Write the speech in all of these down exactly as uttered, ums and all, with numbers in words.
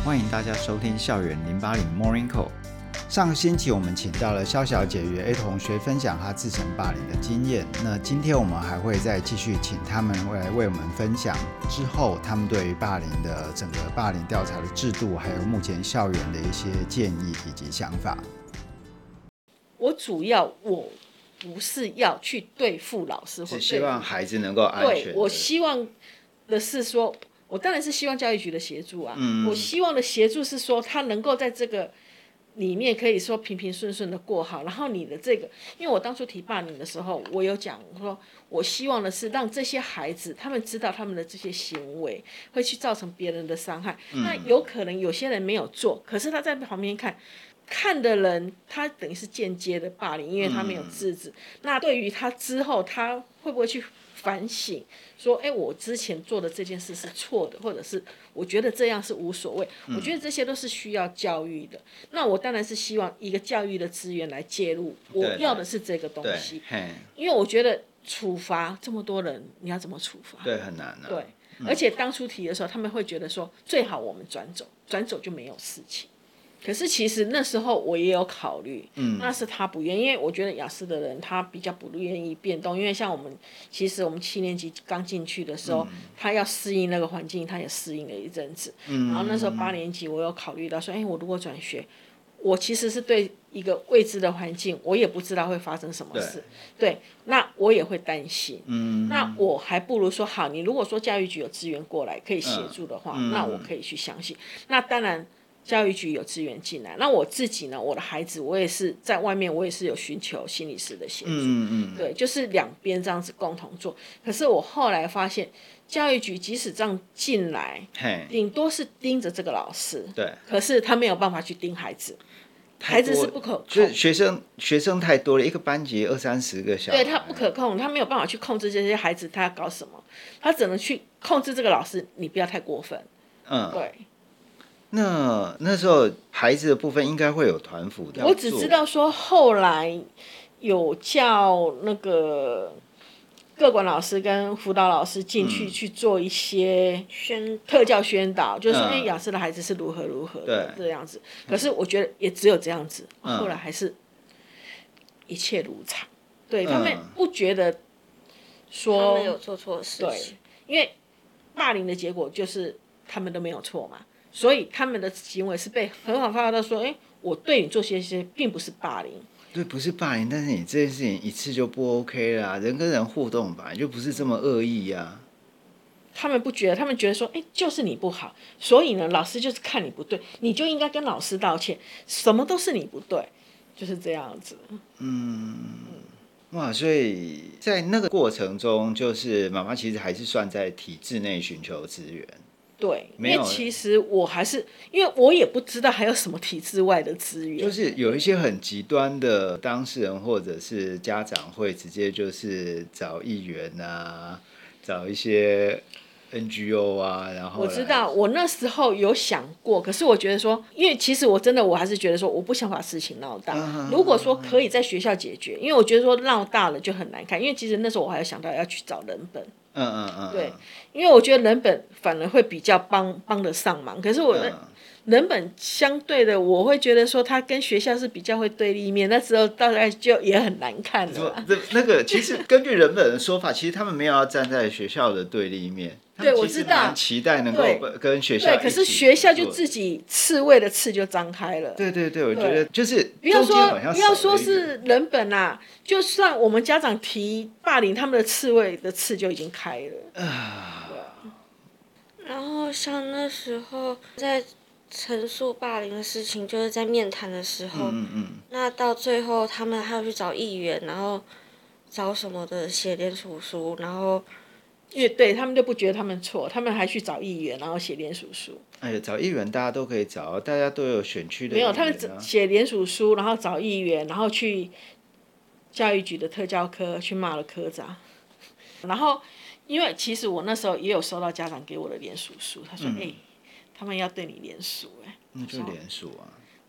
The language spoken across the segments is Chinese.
欢迎大家收听校园零八零 Morning Call。上个星期我们请到了肖小姐与 A 同学分享她自身霸凌的经验，那今天我们还会再继续请他们来为我们分享之后他们对于霸凌的整个霸凌调查的制度，还有目前校园的一些建议以及想法。 我主要我不是要去对付老师， 是希望孩子能够安全的。 对，我希望的是说，我当然是希望教育局的协助啊。 嗯、 我希望的协助是说，他能够在这个里面可以说平平顺顺的过好。然后你的这个，因为我当初提霸凌的时候，我有讲说，我希望的是让这些孩子他们知道他们的这些行为会去造成别人的伤害。嗯、那有可能有些人没有做，可是他在旁边看。看的人，他等于是间接的霸凌，因为他没有制止。嗯、那对于他之后，他会不会去反省，说，哎，我之前做的这件事是错的，或者是我觉得这样是无所谓。嗯、我觉得这些都是需要教育的。那我当然是希望一个教育的资源来介入，我要的是这个东西。因为我觉得处罚这么多人，你要怎么处罚？ 对，很难啊。 对，嗯、而且当初提的时候，他们会觉得说，最好我们转走，转走就没有事情。可是其实那时候我也有考虑，嗯、那是他不愿意，因为我觉得雅思的人他比较不愿意变动，因为像我们其实我们七年级刚进去的时候，嗯、他要适应那个环境，他也适应了一阵子。嗯、然后那时候八年级我有考虑到说，哎，我如果转学，我其实是对一个未知的环境，我也不知道会发生什么事，对，对那我也会担心。嗯、那我还不如说好，你如果说教育局有资源过来可以协助的话，嗯、那我可以去相信。那当然。教育局有资源进来，那我自己呢？我的孩子，我也是在外面，我也是有寻求心理师的协助，嗯嗯对，就是两边这样子共同做。可是我后来发现，教育局即使这样进来，顶多是盯着这个老师， 对， 可是他没有办法去盯孩子，孩子是不可控， 就是学生学生太多了，一个班级二三十个小孩， 对他不可控，他没有办法去控制这些孩子，他要搞什么，他只能去控制这个老师，你不要太过分，嗯，对。 那那时候孩子的部分应该会有团辅的。 我只知道说后来有叫那个个管老师跟辅导老师进去、嗯、去做一些宣特教宣导，就是说哎雅思的孩子是如何如何的这样子。可是我觉得也只有这样子，嗯、后来还是一切如常。对、嗯、他们不觉得说他们有做错事情，对， 因为霸凌的结果就是他们都没有错嘛。所以他们的行为是被很好发到说，哎，我对你做些些并不是霸凌， 对，不是霸凌，但是你这件事情一次就不 OK 啦，人跟人互动本来就不是这么恶意呀、啊。 他们不觉得，他们觉得说，哎，就是你不好，所以呢，老师就是看你不对，你就应该跟老师道歉，什么都是你不对，就是这样子。嗯， 哇，所以在那个过程中，就是妈妈其实还是算在体制内寻求资源。 对，因为其实我还是，因为我也不知道还有什么体制外的资源， 就是有一些很极端的当事人或者是家长会直接就是找议员啊，找一些 N G O 啊，然后我知道我那时候有想过，可是我觉得说，因为其实我真的我还是觉得说，我不想把事情闹大。啊、如果说可以在学校解决，因为我觉得说闹大了就很难看，因为其实那时候我还有想到要去找人本。 嗯嗯嗯， 对，因为我觉得人本反而会比较帮帮得上忙，可是我的人本相对的，我会觉得说他跟学校是比较会对立面，那时候大概就也很难看了。 那那个其实根据人本的说法，其实他们没有要站在学校的对立面。 对，我知道， 期待能够跟学校一起。 对，可是学校就自己刺猬的刺就张开了。 对对对，我觉得就是不要说不要说是人本啊，就算我们家长提霸凌，他们的刺猬的刺就已经开了。啊。 然后像那时候在陈述霸凌的事情，就是在面谈的时候，嗯嗯，那到最后他们还要去找议员，然后找什么的写联署书，然后。 因为对他们就不觉得他们错，他们还去找议员，然后写联署书。 哎呀，找议员大家都可以找，大家都有选区的、啊。 没有，他们写联署书，然后找议员，然后去教育局的特教科去骂了科长。然后，因为其实我那时候也有收到家长给我的联署书，他说：“哎、嗯欸，他们要对你联署。”哎， 那就联署啊。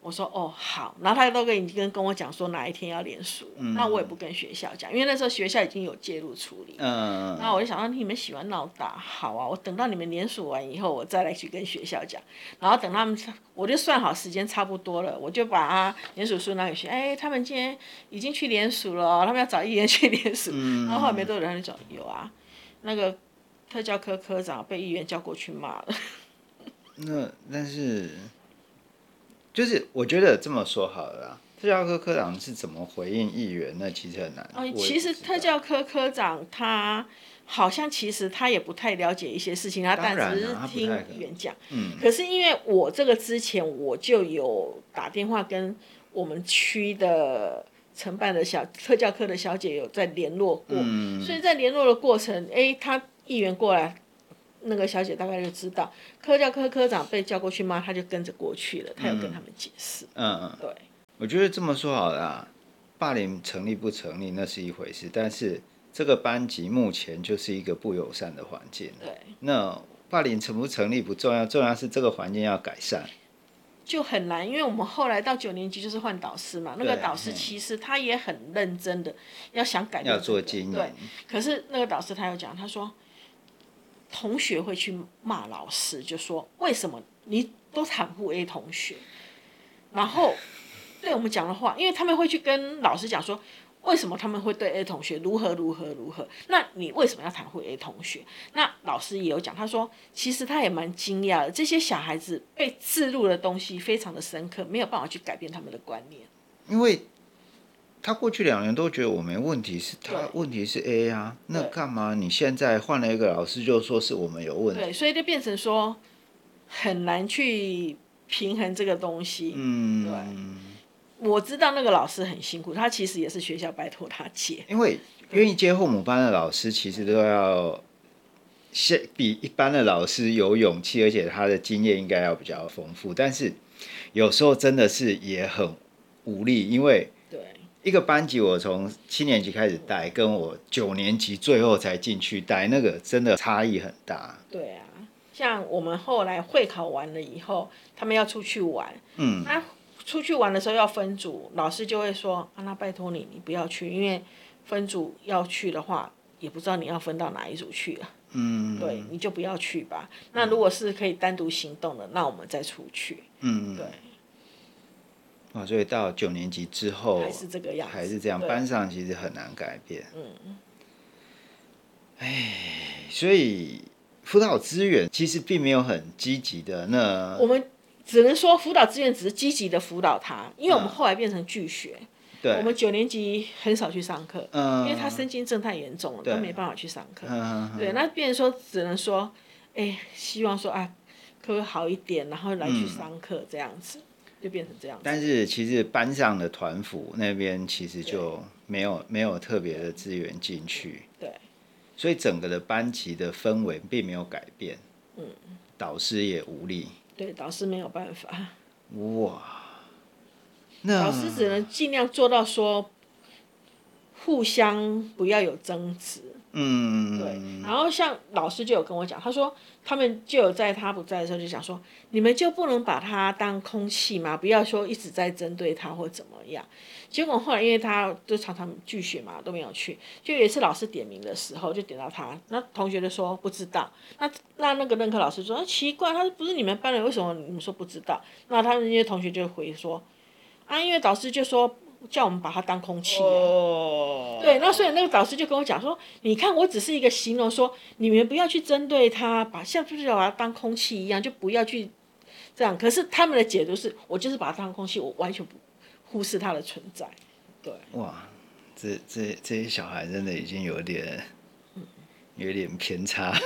我说哦好，然后他都跟已经跟我讲说哪一天要联署，嗯、那我也不跟学校讲，因为那时候学校已经有介入处理。嗯。然后我就想到你们喜欢闹大，好啊，我等到你们联署完以后，我再来去跟学校讲。然后等他们，我就算好时间差不多了，我就把啊联署书拿给学，哎，他们今天已经去联署了，他们要找议员去联署。嗯。然后后来没多久他就讲有啊，那个特教科科长被议员叫过去骂了。 那但是。就是我觉得这么说好了啦，特教科科长是怎么回应议员，那其实很难。 哦，其实特教科科长他好像其实他也不太了解一些事情，他但只是听议员讲。嗯。可是因为我这个之前我就有打电话跟我们区的承办的小特教科的小姐有在联络过，嗯、所以在联络的过程，哎，他议员过来。那个小姐大概就知道，科教科科长被叫过去骂，他就跟着过去了，他有跟他们解释。嗯嗯，对。 我觉得这么说好了啦，霸凌成立不成立那是一回事，但是这个班级目前就是一个不友善的环境。 对。 那霸凌成不成立不重要，重要是这个环境要改善。 就很难，因为我们后来到九年级就是换导师嘛，那个导师其实他也很认真的要想改变、这个， 要做经营。 对。可是那个导师他有讲，他说。同学会去骂老师，就说为什么你都袒护 A 同学，然后对我们讲的话，因为他们会去跟老师讲说，为什么他们会对 A 同学如何如何如何，那你为什么要袒护 A 同学？那老师也有讲，他说其实他也蛮惊讶的，这些小孩子被置入的东西非常的深刻，没有办法去改变他们的观念， 因为。他过去两年都觉得我没问题，是他问题是 A 啊，那干嘛你现在换了一个老师就说是我们有问题？ 对，所以就变成说很难去平衡这个东西。嗯，对。我知道那个老师很辛苦，他其实也是学校拜托他接。 因为愿意接后母班的老师，其实都要比一般的老师有勇气，而且他的经验应该要比较丰富。但是有时候真的是也很无力，因为一个班级我从七年级开始带，跟我九年级最后才进去带，那个真的差异很大。 对啊，像我们后来会考完了以后，他们要出去玩，嗯，那出去玩的时候要分组，老师就会说啊，那拜托你，你不要去，因为分组要去的话，也不知道你要分到哪一组去了。嗯，对，你就不要去吧。那如果是可以单独行动的，那我们再出去。嗯，对。 哦，所以到九年级之后还是这个样子， 还是这样，班上其实很难改变。嗯，哎，所以辅导资源其实并没有很积极的。那我们只能说辅导资源只是积极的辅导他，因为我们后来变成拒学。对，我们九年级很少去上课，嗯，因为他身心症太严重了，都没办法去上课。嗯，对，那变成说只能说，哎，希望说啊，可不可以好一点，然后来去上课这样子。就变成这样子。 但是其实班上的团辅那边其实就没有没有特别的资源进去， 对， 所以整个的班级的氛围并没有改变，嗯，导师也无力， 对，导师没有办法， 哇，那导师只能尽量做到说，互相不要有争执。嗯，对。然后像老师就有跟我讲，他说他们就有在他不在的时候就讲说，你们就不能把他当空气吗？不要说一直在针对他或怎么样。结果后来因为他就常常拒学嘛，都没有去。就有一次老师点名的时候，就点到他，那同学就说不知道。那那那个任课老师说，啊、奇怪，他不是你们班人，为什么你们说不知道？那他们那些同学就回说，啊，因为导师就说。叫我们把它当空气、啊，oh. 对，那所以那个导师就跟我讲说，你看我只是一个形容说，你们不要去针对他，把像就是把它当空气一样，就不要去这样。可是他们的解读是，我就是把它当空气，我完全不忽视它的存在。对， 哇，这这这些小孩真的已经有点有点偏差。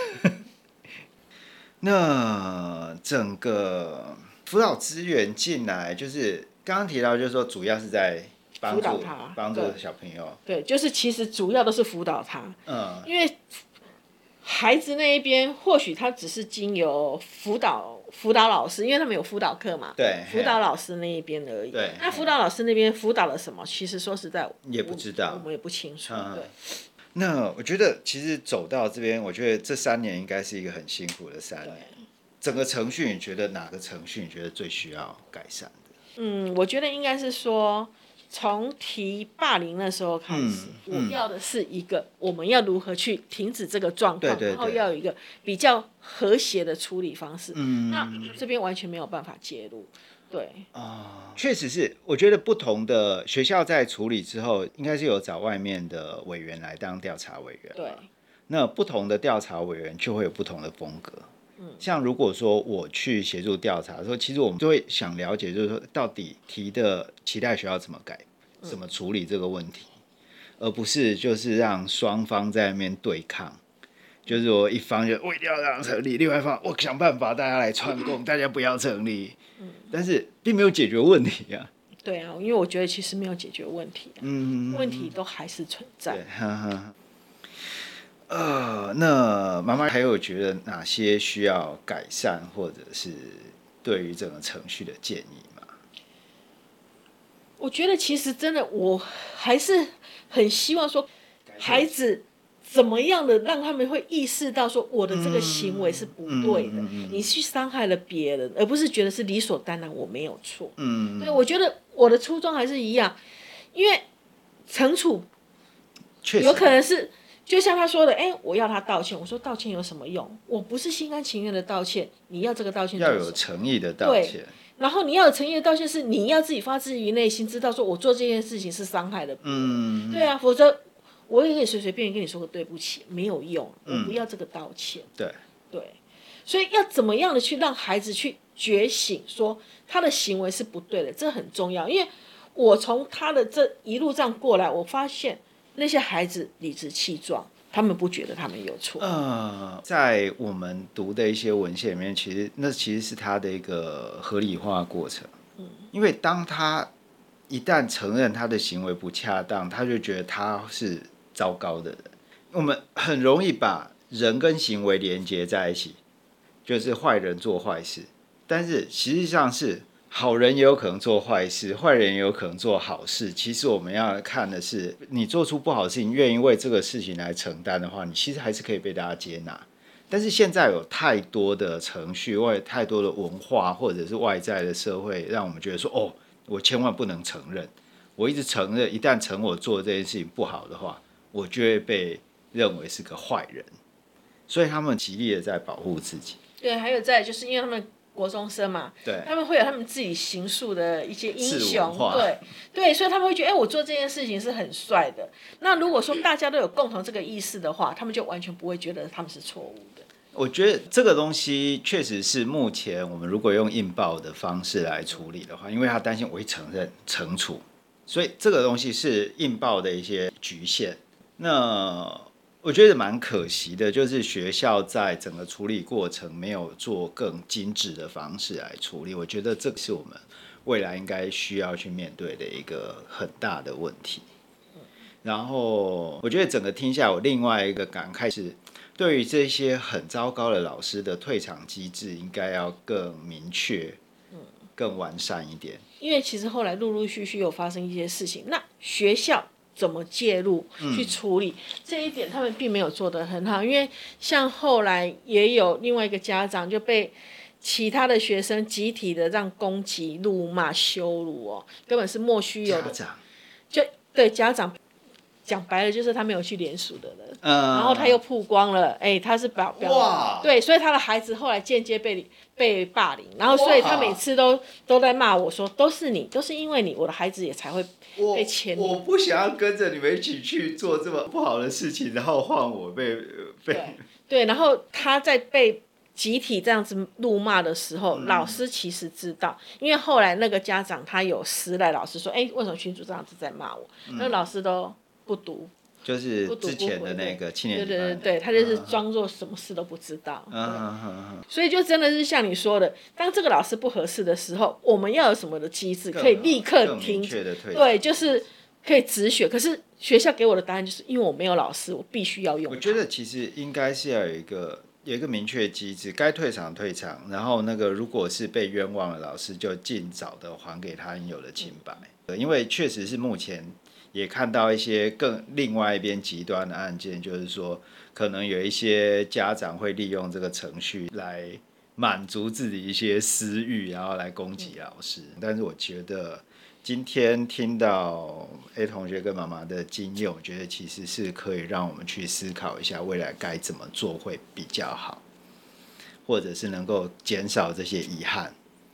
那整个辅导资源进来，就是刚刚提到，就是说主要是在。 辅导他， 帮助小朋友。 对，就是其实主要都是辅导他。嗯。因为孩子那一边，或许他只是经由辅导辅导老师，因为他们有辅导课嘛。 对。 辅导老师那一边而已。 对。 那辅导老师那边辅导了什么？其实说实在， 也不知道， 我们也不清楚。嗯、对。 那我觉得，其实走到这边，我觉得这三年应该是一个很辛苦的三年。整个程序，你觉得哪个程序你觉得最需要改善的？ 嗯，我觉得应该是说，从提霸凌那时候开始， 嗯嗯、 我要的是一个我们要如何去停止这个状况， 对对对， 然后要有一个比较和谐的处理方式。 嗯， 那这边完全没有办法介入。对啊，确实是，我觉得不同的学校在处理之后，应该是有找外面的委员来当调查委员。 对， 那不同的调查委员就会有不同的风格。嗯，像如果说我去协助调查的时候，其实我们就会想了解，就是说到底提的期待学校怎么改，怎么处理这个问题，而不是就是让双方在那边对抗。就是说，一方就我一定要让成立，另外一方我想办法大家来串供，大家不要成立。嗯，但是并没有解决问题啊。 对啊，因为我觉得其实没有解决问题、啊， 嗯， 问题都还是存在。 对，呵呵。呃，那妈妈还有觉得哪些需要改善，或者是对于整个程序的建议吗？ 我觉得其实真的，我还是很希望说，孩子。怎么样的让他们会意识到说我的这个行为是不对的，嗯嗯嗯、你去伤害了别人，而不是觉得是理所当然我没有错。嗯，对，我觉得我的初衷还是一样，因为惩处有可能是就像他说的，哎，我要他道歉，我说道歉有什么用？我不是心甘情愿的道歉，你要这个道歉要有诚意的道歉。 然后你要有诚意的道歉，是你要自己发自于内心知道说我做这件事情是伤害了别人。嗯，对啊，否则。我也可以随随便便跟你说个对不起，没有用，我不要这个道歉。 嗯、对对，所以要怎么样的去让孩子去觉醒，说他的行为是不对的，这很重要。因为我从他的这一路这样过来，我发现那些孩子理直气壮，他们不觉得他们有错。 呃，在我们读的一些文献里面，其实那其实是他的一个合理化过程。嗯，因为当他一旦承认他的行为不恰当，他就觉得他是糟糕的人。我们很容易把人跟行为连接在一起，就是坏人做坏事，但是实际上是好人也有可能做坏事，坏人也有可能做好事。其实我们要看的是，你做出不好的事情，愿意为这个事情来承担的话，你其实还是可以被大家接纳。但是现在有太多的程序，或者太多的文化，或者是外在的社会，让我们觉得说，哦，我千万不能承认。我一直承认，一旦承我做这件事情不好的话，我就会被认为是个坏人。所以他们极力的在保护自己。 对，还有再就是因为他们国中生嘛， 对， 他们会有他们自己形塑的一些英雄， 对对，所以他们会觉得，哎，我做这件事情是很帅的。那如果说大家都有共同这个意识的话，他们就完全不会觉得他们是错误的。 我觉得这个东西确实是目前我们如果用印报的方式来处理的话，因为他担心我会承认惩处，所以这个东西是印报的一些局限。那我觉得蛮可惜的，就是学校在整个处理过程没有做更精致的方式来处理。我觉得这是我们未来应该需要去面对的一个很大的问题。然后我觉得整个听下来，我另外一个感慨是，对于这些很糟糕的老师的退场机制，应该要更明确、更完善一点。 因为其实后来陆陆续续有发生一些事情，那学校怎么介入去处理、嗯、这一点他们并没有做得很好。因为像后来也有另外一个家长就被其他的学生集体的让攻击、辱骂、羞辱哦，根本是莫须有的。 家长就对家长讲白了就是他没有去联署的人、 嗯、 然后他又曝光了，哎，他是表表对，所以他的孩子后来间接被被霸凌，然后所以他每次都都在骂我说，都是你，都是因为你，我的孩子也才会被牵连。 我不想要跟着你们一起去做这么不好的事情，然后换我被被对, 对，然后他在被集体这样子怒骂的时候、嗯、老师其实知道，因为后来那个家长他有私赖老师说，哎，为什么群主这样子在骂我、嗯、那老师都不读， 就是之前的那个七年级班，对对对对，他就是装作什么事都不知道、 嗯嗯嗯、 所以就真的是像你说的，当这个老师不合适的时候，我们要有什么的机制可以立刻停止，对，就是可以止血。可是学校给我的答案就是因为我没有老师，我必须要用。 我觉得其实应该是要有一个有一个明确机制，该退场退场，然后那个如果是被冤枉的老师，就尽早的还给他应有的清白、嗯、因为确实是目前也看到一些更另外一边极端的案件，就是说可能有一些家长会利用这个程序来满足自己一些私欲，然后来攻击老师。嗯、但是我觉得今天听到 A 同学跟妈妈的经验，我觉得其实是可以让我们去思考一下未来该怎么做会比较好，或者是能够减少这些遗憾。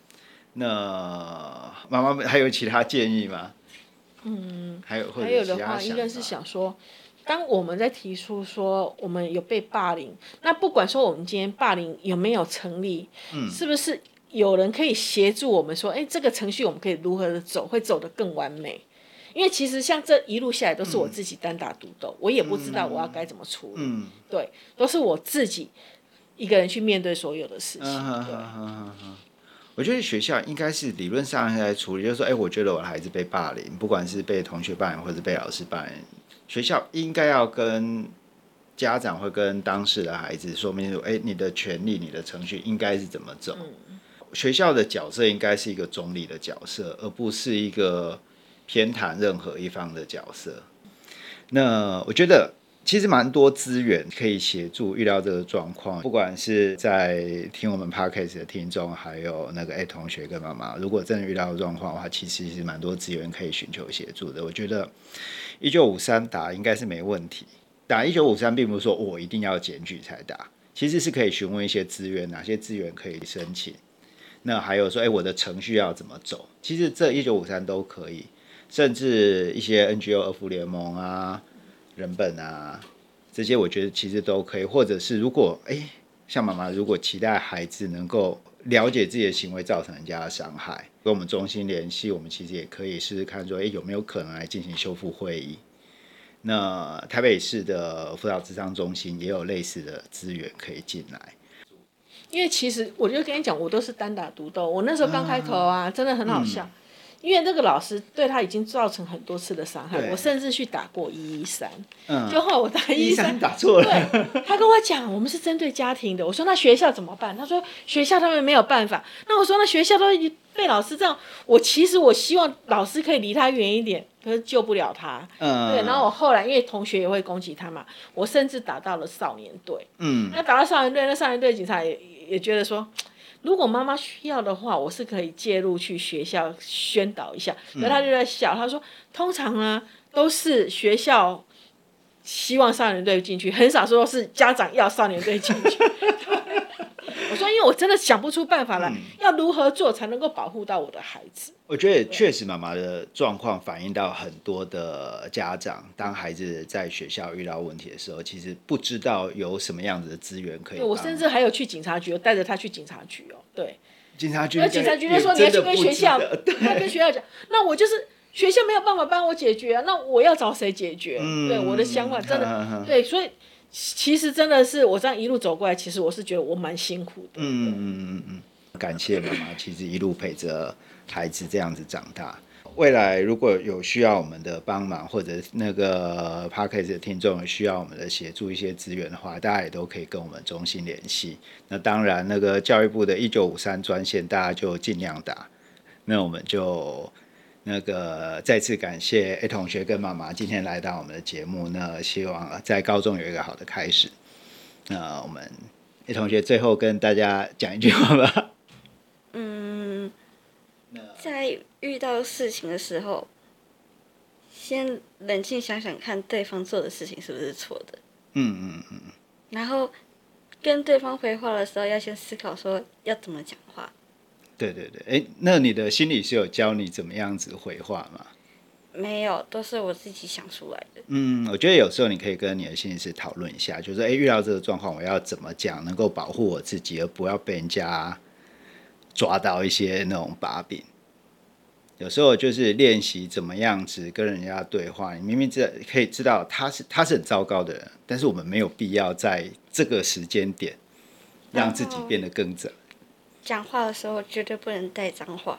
那妈妈还有其他建议吗？ 嗯， 还有或者还有的话， 其他想法应该是想说，当我们在提出说我们有被霸凌，那不管说我们今天霸凌有没有成立，嗯、是不是有人可以协助我们说，哎，这个程序我们可以如何的走，会走得更完美？因为其实像这一路下来都是我自己单打独斗，嗯、我也不知道我要该怎么处理，嗯、对，都是我自己一个人去面对所有的事情。嗯、对。 我觉得学校应该是理论上应该处理，就是说，哎，我觉得我的孩子被霸凌，不管是被同学霸凌或者被老师霸凌，学校应该要跟家长会跟当事的孩子说明说，哎，你的权利、你的程序应该是怎么走。嗯、学校的角色应该是一个中立的角色，而不是一个偏袒任何一方的角色。那我觉得其实蛮多资源可以协助预料这个状况，不管是在听我们 podcast 的听众，还有那个 A 同学跟妈妈，如果真的遇到状况的话，其实是蛮多资源可以寻求协助的。我觉得一九五三打应该是没问题，打一九五三并不是说我一定要检举才打，其实是可以询问一些资源，哪些资源可以申请，那还有说，哎，我的程序要怎么走，其实这一九五三都可以，甚至一些 N G O 儿福联盟啊、人本啊，这些我觉得其实都可以，或者是如果哎，像妈妈如果期待孩子能够了解自己的行为造成人家的伤害，跟我们中心联系，我们其实也可以试试看说，哎，有没有可能来进行修复会议。那台北市的辅导咨商中心也有类似的资源可以进来。 因为其实我就跟你讲，我都是单打独斗。我那时候刚开头啊，嗯、真的很好笑。嗯因为那个老师对他已经造成很多次的伤害，我甚至去打过一一三，嗯，就后来我打一一三打错了， 对，他跟我讲我们是针对家庭的，我说那学校怎么办？他说学校他们没有办法，那我说那学校都被老师这样，我其实我希望老师可以离他远一点，可是救不了他，嗯，对，然后我后来因为同学也会攻击他嘛，我甚至打到了少年队，嗯，那打到少年队，那少年队警察也也觉得说。如果妈妈需要的话，我是可以介入去学校宣导一下。可是他就在笑，他说：“通常呢都是学校希望少年队进去，很少说是家长要少年队进去。”我说：“因为我真的想不出办法来，嗯、要如何做才能够保护到我的孩子？” 我觉得确实妈妈的状况反映到很多的家长，当孩子在学校遇到问题的时候，其实不知道有什么样子的资源可以帮。 我甚至还有去警察局，带着他去警察局哦，对。 警察局， 那警察局就说你要去跟学校，要跟学校讲，那我就是学校没有办法帮我解决啊，那我要找谁解决？嗯、对，我的想法真的，嗯嗯、对，所以其实真的是我这样一路走过来，其实我是觉得我蛮辛苦的。 嗯嗯嗯嗯，感谢妈妈，其实一路陪着孩子这样子长大。未来如果有需要我们的帮忙，或者那个 Podcast 的听众有需要我们的协助一些资源的话，大家也都可以跟我们中心联系。那当然，那个教育部的一九五三专线，大家就尽量打。那我们就那个再次感谢 A 同学跟妈妈今天来到我们的节目。那希望在高中有一个好的开始。那我们 A 同学最后跟大家讲一句话吧。 嗯，在遇到事情的时候，先冷静想想看对方做的事情是不是错的。嗯嗯嗯。然后跟对方回话的时候，要先思考说要怎么讲话。 对对对，哎，那你的心理师有教你怎么样子回话吗？ 没有，都是我自己想出来的。 嗯，我觉得有时候你可以跟你的心理师讨论一下，就是哎，遇到这个状况，我要怎么讲，能够保护我自己，而不要被人家抓到一些那种把柄。有时候就是练习怎么样子跟人家对话，你明明知道可以知道他是他是很糟糕的人，但是我们没有必要在这个时间点让自己变得更糟。 讲话的时候绝对不能带脏话。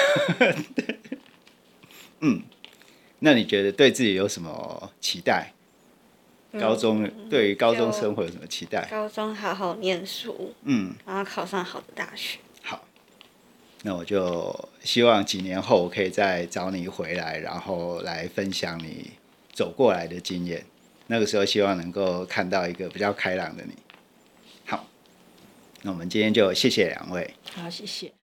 嗯，那你觉得对自己有什么期待？高中、嗯、对于高中生活有什么期待？ 高中好好念书，嗯，然后考上好的大学。 好，那我就希望几年后我可以再找你回来，然后来分享你走过来的经验。那个时候希望能够看到一个比较开朗的你。好， 那我们今天就谢谢两位。 好，谢谢。